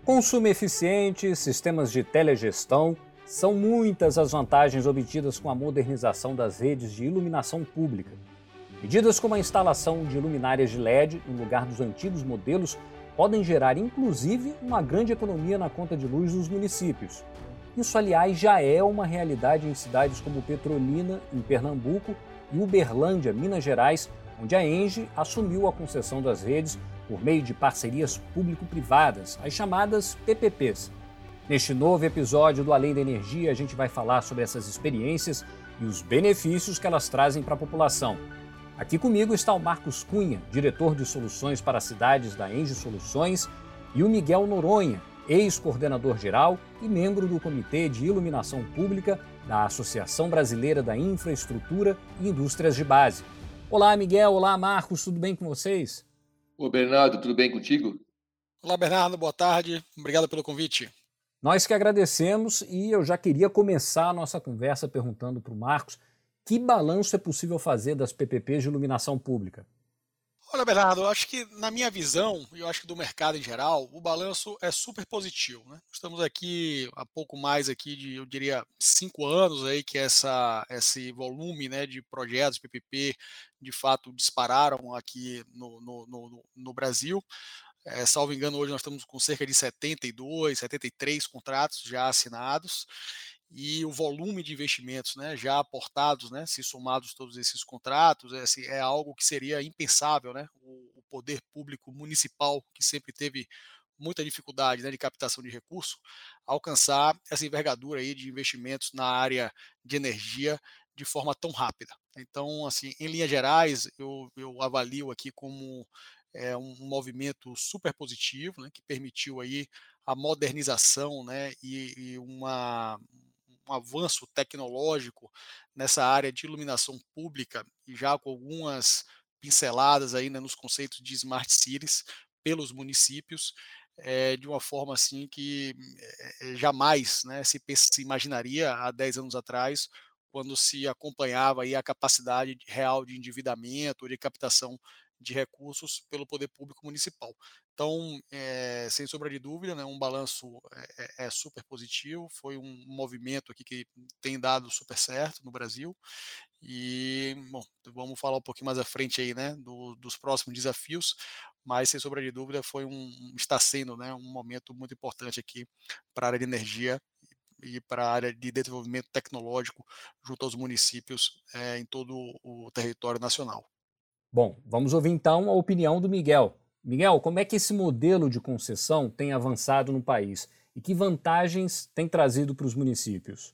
Consumo eficiente, sistemas de telegestão, são muitas as vantagens obtidas com a modernização das redes de iluminação pública. Medidas como a instalação de luminárias de LED no lugar dos antigos modelos podem gerar, inclusive, uma grande economia na conta de luz dos municípios. Isso, aliás, já é uma realidade em cidades como Petrolina, em Pernambuco, e Uberlândia, Minas Gerais, onde a ENGIE assumiu a concessão das redes por meio de parcerias público-privadas, as chamadas PPPs. Neste novo episódio do Além da Energia, a gente vai falar sobre essas experiências e os benefícios que elas trazem para a população. Aqui comigo está o Marcos Cunha, diretor de soluções para cidades da ENGIE Soluções, e o Miguel Noronha, ex-coordenador-geral e membro do Comitê de Iluminação Pública da Associação Brasileira da Infraestrutura e Indústrias de Base. Olá, Miguel. Olá, Marcos. Tudo bem com vocês? Ô Bernardo, tudo bem contigo? Olá, Bernardo, boa tarde. Obrigado pelo convite. Nós que agradecemos e eu já queria começar a nossa conversa perguntando para o Marcos que balanço é possível fazer das PPPs de iluminação pública. Olha, Bernardo, eu acho que na minha visão, e eu acho que do mercado em geral, o balanço é super positivo, né? Estamos aqui há pouco mais aqui de, eu diria, 5 anos aí que esse volume, né, de projetos PPP de fato dispararam aqui no Brasil. Salvo engano, hoje nós estamos com cerca de 72, 73 contratos já assinados e o volume de investimentos, né, já aportados, né, se somados todos esses contratos, assim, é algo que seria impensável, né, o poder público municipal, que sempre teve muita dificuldade, né, de captação de recurso, alcançar essa envergadura aí de investimentos na área de energia de forma tão rápida. Então, assim, em linhas gerais, eu avalio aqui como um movimento super positivo, né, que permitiu aí a modernização, né, e um avanço tecnológico nessa área de iluminação pública, e já com algumas pinceladas aí, né, nos conceitos de smart cities pelos municípios, de uma forma assim que jamais, né, se imaginaria há 10 anos atrás, quando se acompanhava aí a capacidade real de endividamento, de captação de recursos pelo poder público municipal. Então, sem sombra de dúvida, né, um balanço é super positivo, foi um movimento aqui que tem dado super certo no Brasil e, bom, vamos falar um pouquinho mais à frente aí, né, dos próximos desafios, mas sem sombra de dúvida está sendo, né, um momento muito importante aqui para a área de energia e para a área de desenvolvimento tecnológico junto aos municípios, em todo o território nacional. Bom, vamos ouvir então a opinião do Miguel. Miguel, como é que esse modelo de concessão tem avançado no país e que vantagens tem trazido para os municípios?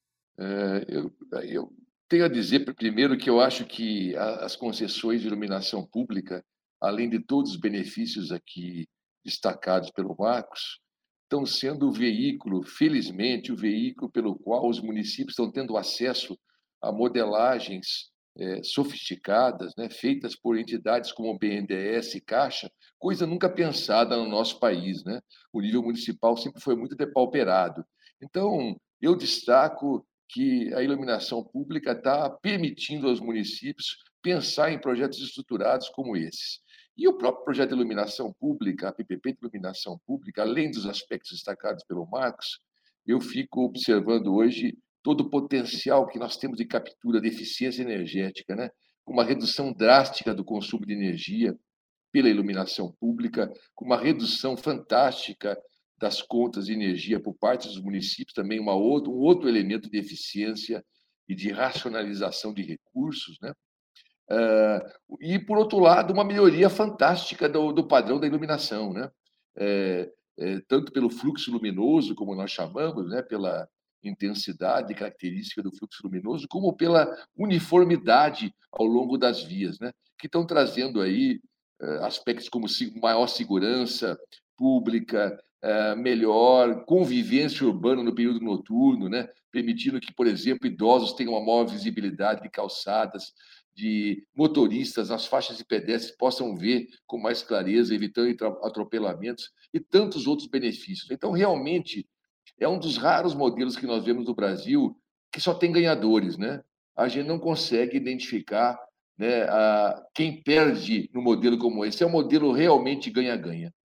Eu tenho a dizer primeiro que eu acho que as concessões de iluminação pública, além de todos os benefícios aqui destacados pelo Marcos, estão sendo o veículo, felizmente, o veículo pelo qual os municípios estão tendo acesso a modelagens sofisticadas, né, feitas por entidades como o BNDES e Caixa, coisa nunca pensada no nosso país, né? O nível municipal sempre foi muito depauperado. Então, eu destaco que a iluminação pública está permitindo aos municípios pensar em projetos estruturados como esses. E o próprio projeto de iluminação pública, a PPP de iluminação pública, além dos aspectos destacados pelo Marcos, eu fico observando hoje todo o potencial que nós temos de captura de eficiência energética, né? Com uma redução drástica do consumo de energia pela iluminação pública, com uma redução fantástica das contas de energia por parte dos municípios, também um outro elemento de eficiência e de racionalização de recursos, né? E, por outro lado, uma melhoria fantástica do padrão da iluminação, né? Tanto pelo fluxo luminoso, como nós chamamos, né? Pela intensidade e característica do fluxo luminoso, como pela uniformidade ao longo das vias, né? Que estão trazendo aí aspectos como maior segurança pública, melhor convivência urbana no período noturno, né? Permitindo que, por exemplo, idosos tenham uma maior visibilidade de calçadas, de motoristas nas faixas de pedestres possam ver com mais clareza, evitando atropelamentos e tantos outros benefícios. Então, realmente, é um dos raros modelos que nós vemos no Brasil que só tem ganhadores, né? A gente não consegue identificar, né, quem perde no modelo como esse. É um modelo realmente ganha-ganha.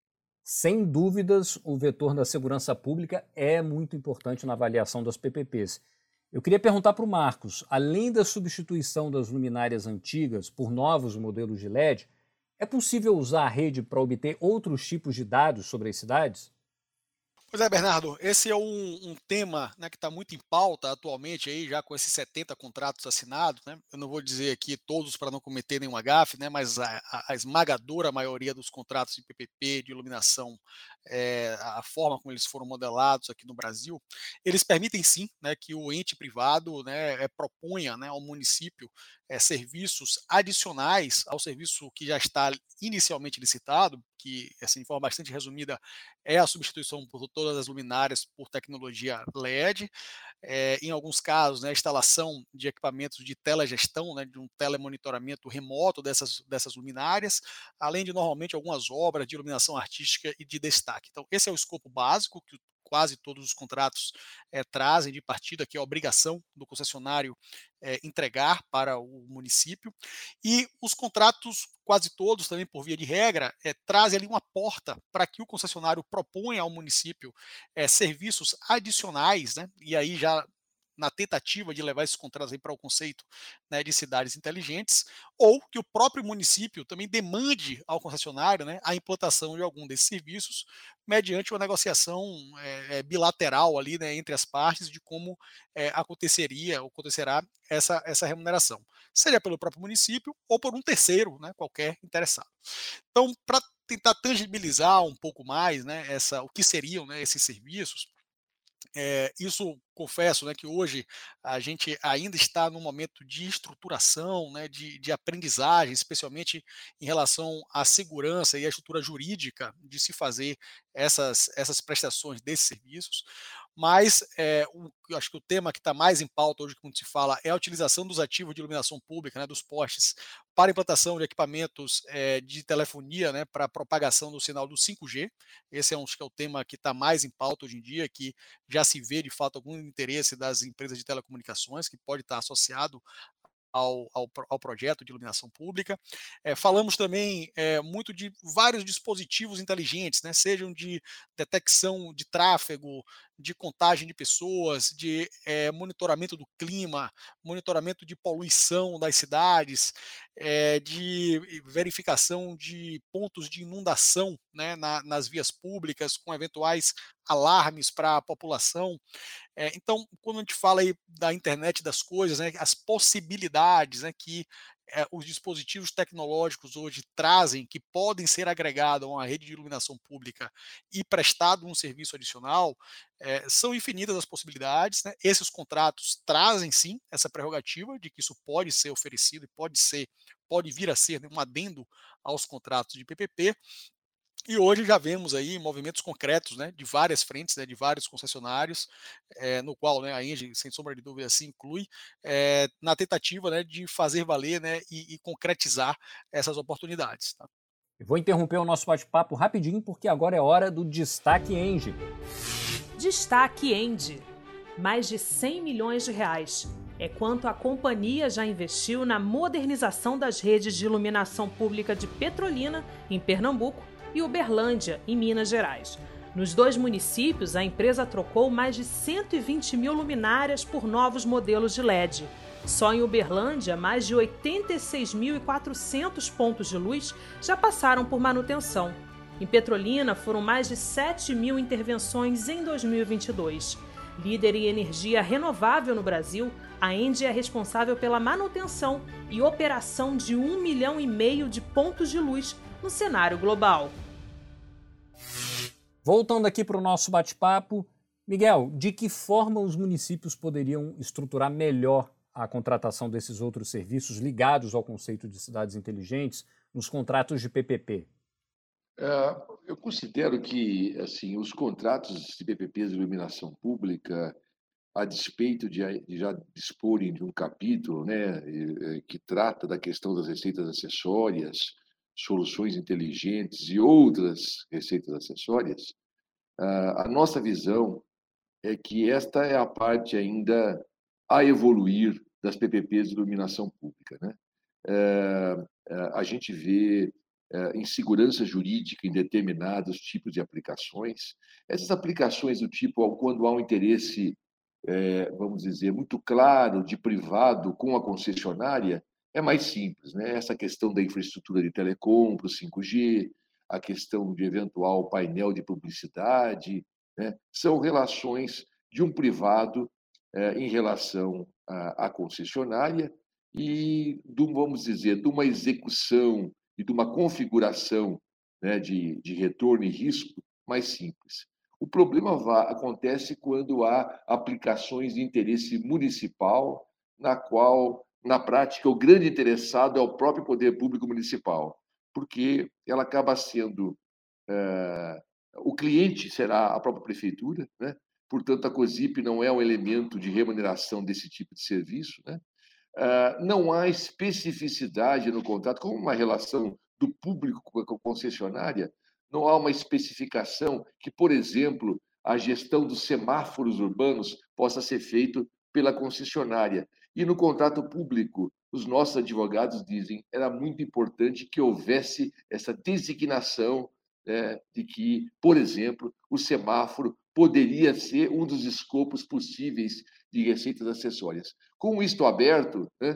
Sem dúvidas, o vetor da segurança pública é muito importante na avaliação das PPPs. Eu queria perguntar para o Marcos, além da substituição das luminárias antigas por novos modelos de LED, é possível usar a rede para obter outros tipos de dados sobre as cidades? Pois é, Bernardo, esse é um tema, né, que está muito em pauta atualmente, aí, já com esses 70 contratos assinados. Né? Eu não vou dizer aqui todos para não cometer nenhuma gafe, né, mas a esmagadora maioria dos contratos de PPP, de iluminação, a forma como eles foram modelados aqui no Brasil, eles permitem sim, né, que o ente privado, né, proponha, né, ao município serviços adicionais ao serviço que já está inicialmente licitado, que, assim, de forma bastante resumida, é a substituição por todas as luminárias por tecnologia LED. Em alguns casos, né, a instalação de equipamentos de telegestão, né, de um telemonitoramento remoto dessas luminárias, além de normalmente algumas obras de iluminação artística e de destaque. Então, esse é o escopo básico que quase todos os contratos trazem de partida, que é a obrigação do concessionário entregar para o município. E os contratos, quase todos, também por via de regra, trazem ali uma porta para que o concessionário proponha ao município serviços adicionais, né? E aí já na tentativa de levar esses contratos para o conceito, né, de cidades inteligentes, ou que o próprio município também demande ao concessionário, né, a implantação de algum desses serviços, mediante uma negociação bilateral ali, né, entre as partes, de como acontecerá essa remuneração, seja pelo próprio município ou por um terceiro, né, qualquer interessado. Então, para tentar tangibilizar um pouco mais, né, o que seriam, né, esses serviços, isso, confesso, né, que hoje a gente ainda está num momento de estruturação, né, de aprendizagem, especialmente em relação à segurança e à estrutura jurídica de se fazer essas prestações desses serviços. Mas eu acho que o tema que está mais em pauta hoje, quando se fala, é a utilização dos ativos de iluminação pública, né, dos postes, para implantação de equipamentos de telefonia, né, para propagação do sinal do 5G. Esse acho que é o tema que está mais em pauta hoje em dia, que já se vê de fato algum interesse das empresas de telecomunicações, que pode estar associado ao projeto de iluminação pública. Falamos também muito de vários dispositivos inteligentes, né, sejam de detecção de tráfego, de contagem de pessoas, de monitoramento do clima, monitoramento de poluição das cidades, de verificação de pontos de inundação, né, nas vias públicas, com eventuais alarmes para a população. Então, quando a gente fala aí da internet das coisas, né, as possibilidades, né, que os dispositivos tecnológicos hoje trazem, que podem ser agregados a uma rede de iluminação pública e prestado um serviço adicional, são infinitas as possibilidades. Né? Esses contratos trazem sim essa prerrogativa de que isso pode ser oferecido e pode vir a ser, né, um adendo aos contratos de PPP. E hoje já vemos aí movimentos concretos, né, de várias frentes, né, de vários concessionários, no qual, né, a Engie, sem sombra de dúvida, se inclui, na tentativa, né, de fazer valer, né, e concretizar essas oportunidades. Tá? Eu vou interromper o nosso bate-papo rapidinho, porque agora é hora do Destaque Engie. Destaque Engie. Mais de 100 milhões de reais. É quanto a companhia já investiu na modernização das redes de iluminação pública de Petrolina, em Pernambuco, e Uberlândia, em Minas Gerais. Nos dois municípios, a empresa trocou mais de 120 mil luminárias por novos modelos de LED. Só em Uberlândia, mais de 86.400 pontos de luz já passaram por manutenção. Em Petrolina, foram mais de 7 mil intervenções em 2022. Líder em energia renovável no Brasil, a Engie é responsável pela manutenção e operação de 1,5 milhão de pontos de luz no cenário global. Voltando aqui para o nosso bate-papo, Miguel, de que forma os municípios poderiam estruturar melhor a contratação desses outros serviços ligados ao conceito de cidades inteligentes nos contratos de PPP? Eu considero que assim os contratos de PPPs de iluminação pública, a despeito de já disporem de um capítulo, né, que trata da questão das receitas acessórias, soluções inteligentes e outras receitas acessórias, a nossa visão é que esta é a parte ainda a evoluir das PPPs de iluminação pública, né? A gente vê insegurança jurídica em determinados tipos de aplicações. Essas aplicações do tipo, quando há um interesse, vamos dizer, muito claro de privado com a concessionária, é mais simples, né? Essa questão da infraestrutura de telecom para o 5G, a questão de eventual painel de publicidade, né? São relações de um privado em relação à concessionária e, vamos dizer, de uma execução e de uma configuração, né, de retorno e risco mais simples. O problema acontece quando há aplicações de interesse municipal, na qual, na prática, o grande interessado é o próprio poder público municipal, porque ela acaba sendo o cliente será a própria prefeitura, né? Portanto, a COSIP não é um elemento de remuneração desse tipo de serviço, né? Não há especificidade no contrato, como uma relação do público com a concessionária, não há uma especificação que, por exemplo, a gestão dos semáforos urbanos possa ser feito pela concessionária. E no contrato público, os nossos advogados dizem era muito importante que houvesse essa designação, né, de que, por exemplo, o semáforo poderia ser um dos escopos possíveis de receitas acessórias. Com isto aberto, né,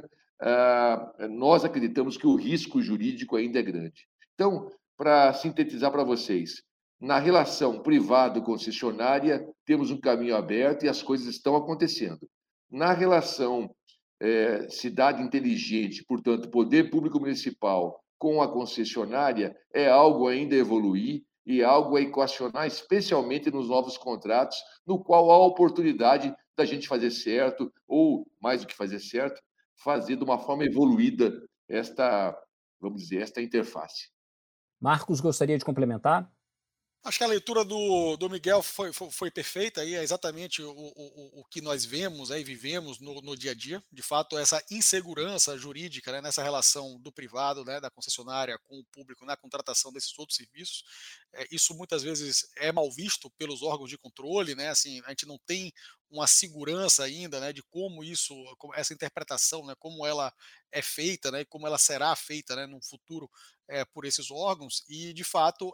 nós acreditamos que o risco jurídico ainda é grande. Então, para sintetizar para vocês, na relação privado-concessionária, temos um caminho aberto e as coisas estão acontecendo. Na relação cidade inteligente, portanto, poder público municipal com a concessionária, é algo ainda a evoluir e algo a equacionar, especialmente nos novos contratos, no qual há a oportunidade da gente fazer certo, ou, mais do que fazer certo, fazer de uma forma evoluída esta, vamos dizer, esta interface. Marcos, gostaria de complementar? Acho que a leitura do Miguel foi perfeita, e é exatamente o que nós vemos e vivemos no dia a dia. De fato, essa insegurança jurídica, né, nessa relação do privado, né, da concessionária com o público na contratação desses outros serviços, isso muitas vezes é mal visto pelos órgãos de controle, né, assim, a gente não tem uma segurança ainda, né, de como essa interpretação, né, como ela é feita, né, e como ela será feita, né, no futuro por esses órgãos, e de fato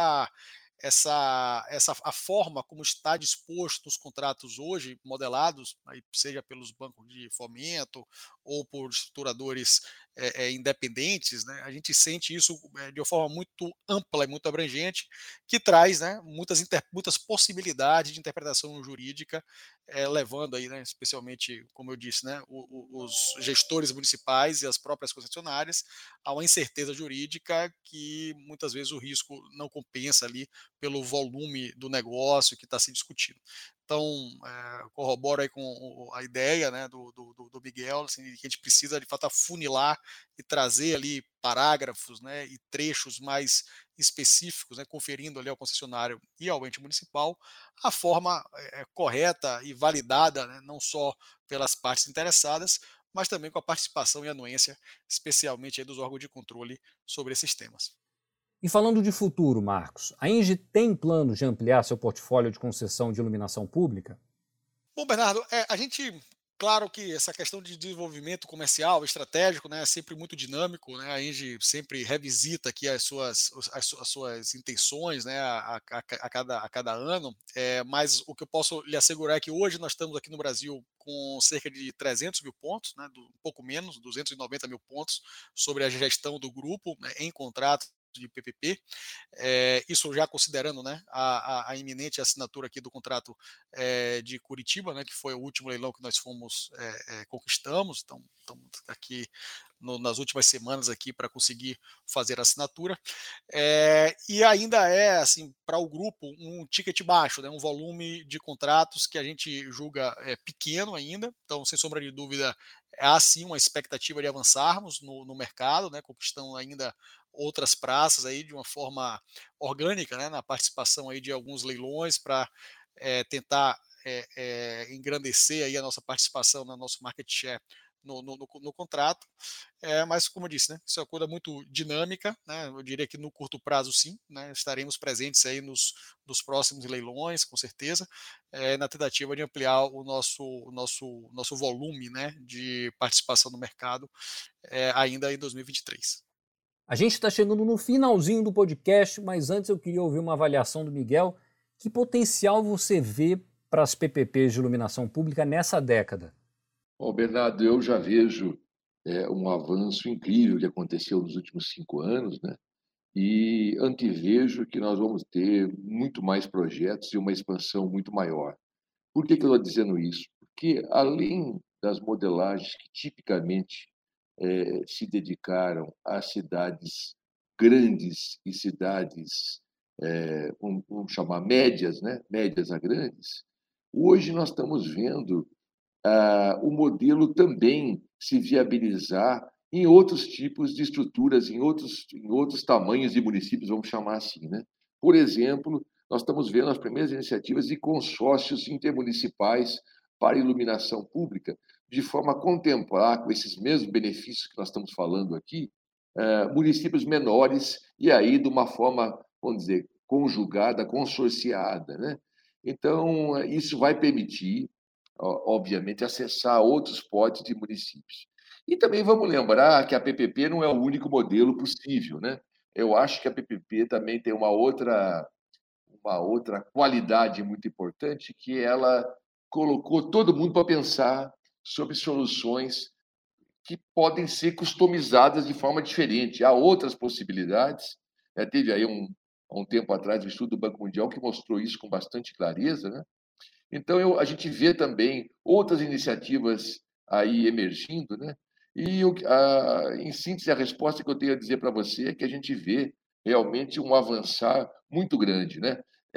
essa a forma como está disposto os contratos hoje modelados, aí seja pelos bancos de fomento ou por estruturadores independentes, né, a gente sente isso de uma forma muito ampla e muito abrangente, que traz, né, muitas possibilidades de interpretação jurídica, levando aí, né, especialmente, como eu disse, né, os gestores municipais e as próprias concessionárias a uma incerteza jurídica que muitas vezes o risco não compensa ali pelo volume do negócio que está se discutindo. Então, corroboro aí com a ideia, né, do Miguel, assim, que a gente precisa de fato afunilar e trazer ali parágrafos, né, e trechos mais específicos, né, conferindo ali ao concessionário e ao ente municipal a forma correta e validada, né, não só pelas partes interessadas, mas também com a participação e anuência, especialmente aí dos órgãos de controle sobre esses temas. E falando de futuro, Marcos, a Engie tem planos de ampliar seu portfólio de concessão de iluminação pública? Bom, Bernardo, a gente, claro que essa questão de desenvolvimento comercial, estratégico, né, é sempre muito dinâmico, né, a Engie sempre revisita aqui as suas intenções, né, a cada ano, mas o que eu posso lhe assegurar é que hoje nós estamos aqui no Brasil com cerca de 300 mil pontos, né, um pouco menos, 290 mil pontos sobre a gestão do grupo, né, em contratos de PPP, isso já considerando, né, a iminente assinatura aqui do contrato de Curitiba, né, que foi o último leilão que nós conquistamos, então estamos aqui nas últimas semanas aqui para conseguir fazer a assinatura, e ainda é assim para o grupo um ticket baixo, né, um volume de contratos que a gente julga pequeno ainda, então sem sombra de dúvida há sim uma expectativa de avançarmos no mercado, né, conquistando ainda outras praças aí de uma forma orgânica, né, na participação aí de alguns leilões para tentar engrandecer aí a nossa participação no nosso market share no contrato, mas como eu disse, né, isso é uma coisa muito dinâmica, né, eu diria que no curto prazo sim, né, estaremos presentes aí nos próximos leilões, com certeza, na tentativa de ampliar o nosso volume, né, de participação no mercado ainda em 2023. A gente está chegando no finalzinho do podcast, mas antes eu queria ouvir uma avaliação do Miguel. Que potencial você vê para as PPPs de iluminação pública nessa década? Bom, Bernardo, eu já vejo um avanço incrível que aconteceu nos últimos 5 anos, né? E antevejo que nós vamos ter muito mais projetos e uma expansão muito maior. Por que eu estou dizendo isso? Porque, além das modelagens que tipicamente se dedicaram a cidades grandes e cidades, vamos chamar médias, né? Médias a grandes, hoje nós estamos vendo o modelo também se viabilizar em outros tipos de estruturas, em outros tamanhos de municípios, vamos chamar assim, né? Por exemplo, nós estamos vendo as primeiras iniciativas de consórcios intermunicipais para iluminação pública, de forma a contemplar, com esses mesmos benefícios que nós estamos falando aqui, municípios menores, e aí de uma forma, vamos dizer, conjugada, consorciada, né? Então, isso vai permitir, obviamente, acessar outros potes de municípios. E também vamos lembrar que a PPP não é o único modelo possível, né? Eu acho que a PPP também tem uma outra qualidade muito importante, que ela colocou todo mundo para pensar sobre soluções que podem ser customizadas de forma diferente. Há outras possibilidades. Teve aí há um tempo atrás o estudo do Banco Mundial que mostrou isso com bastante clareza, né? Então, a gente vê também outras iniciativas aí emergindo, né? E, em síntese, a resposta que eu tenho a dizer para você é que a gente vê realmente um avançar muito grande, né?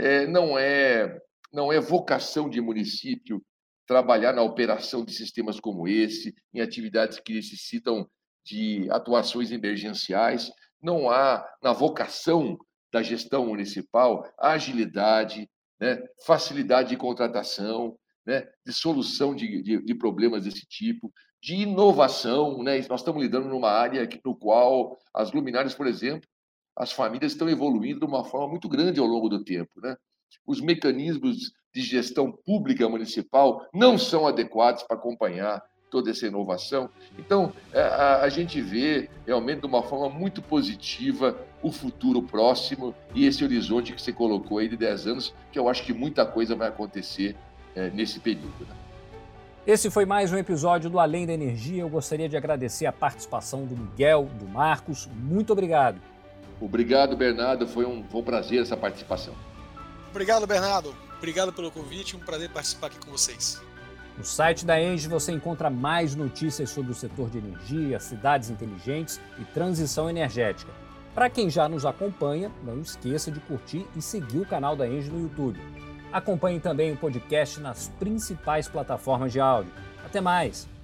Não é vocação de município trabalhar na operação de sistemas como esse, em atividades que necessitam de atuações emergenciais. Não há, na vocação da gestão municipal, agilidade, né? Facilidade de contratação, né? De solução de problemas desse tipo, de inovação, né? Nós estamos lidando numa área no qual as luminárias, por exemplo, as famílias estão evoluindo de uma forma muito grande ao longo do tempo, né? Os mecanismos de gestão pública municipal não são adequados para acompanhar toda essa inovação. Então, a gente vê realmente de uma forma muito positiva o futuro próximo e esse horizonte que você colocou aí de 10 anos, que eu acho que muita coisa vai acontecer nesse período, né? Esse foi mais um episódio do Além da Energia. Eu gostaria de agradecer a participação do Miguel, do Marcos. Muito obrigado. Obrigado, Bernardo. Foi um prazer essa participação. Obrigado, Bernardo. Obrigado pelo convite. Um prazer participar aqui com vocês. No site da ENGIE você encontra mais notícias sobre o setor de energia, cidades inteligentes e transição energética. Para quem já nos acompanha, não esqueça de curtir e seguir o canal da ENGIE no YouTube. Acompanhe também o podcast nas principais plataformas de áudio. Até mais!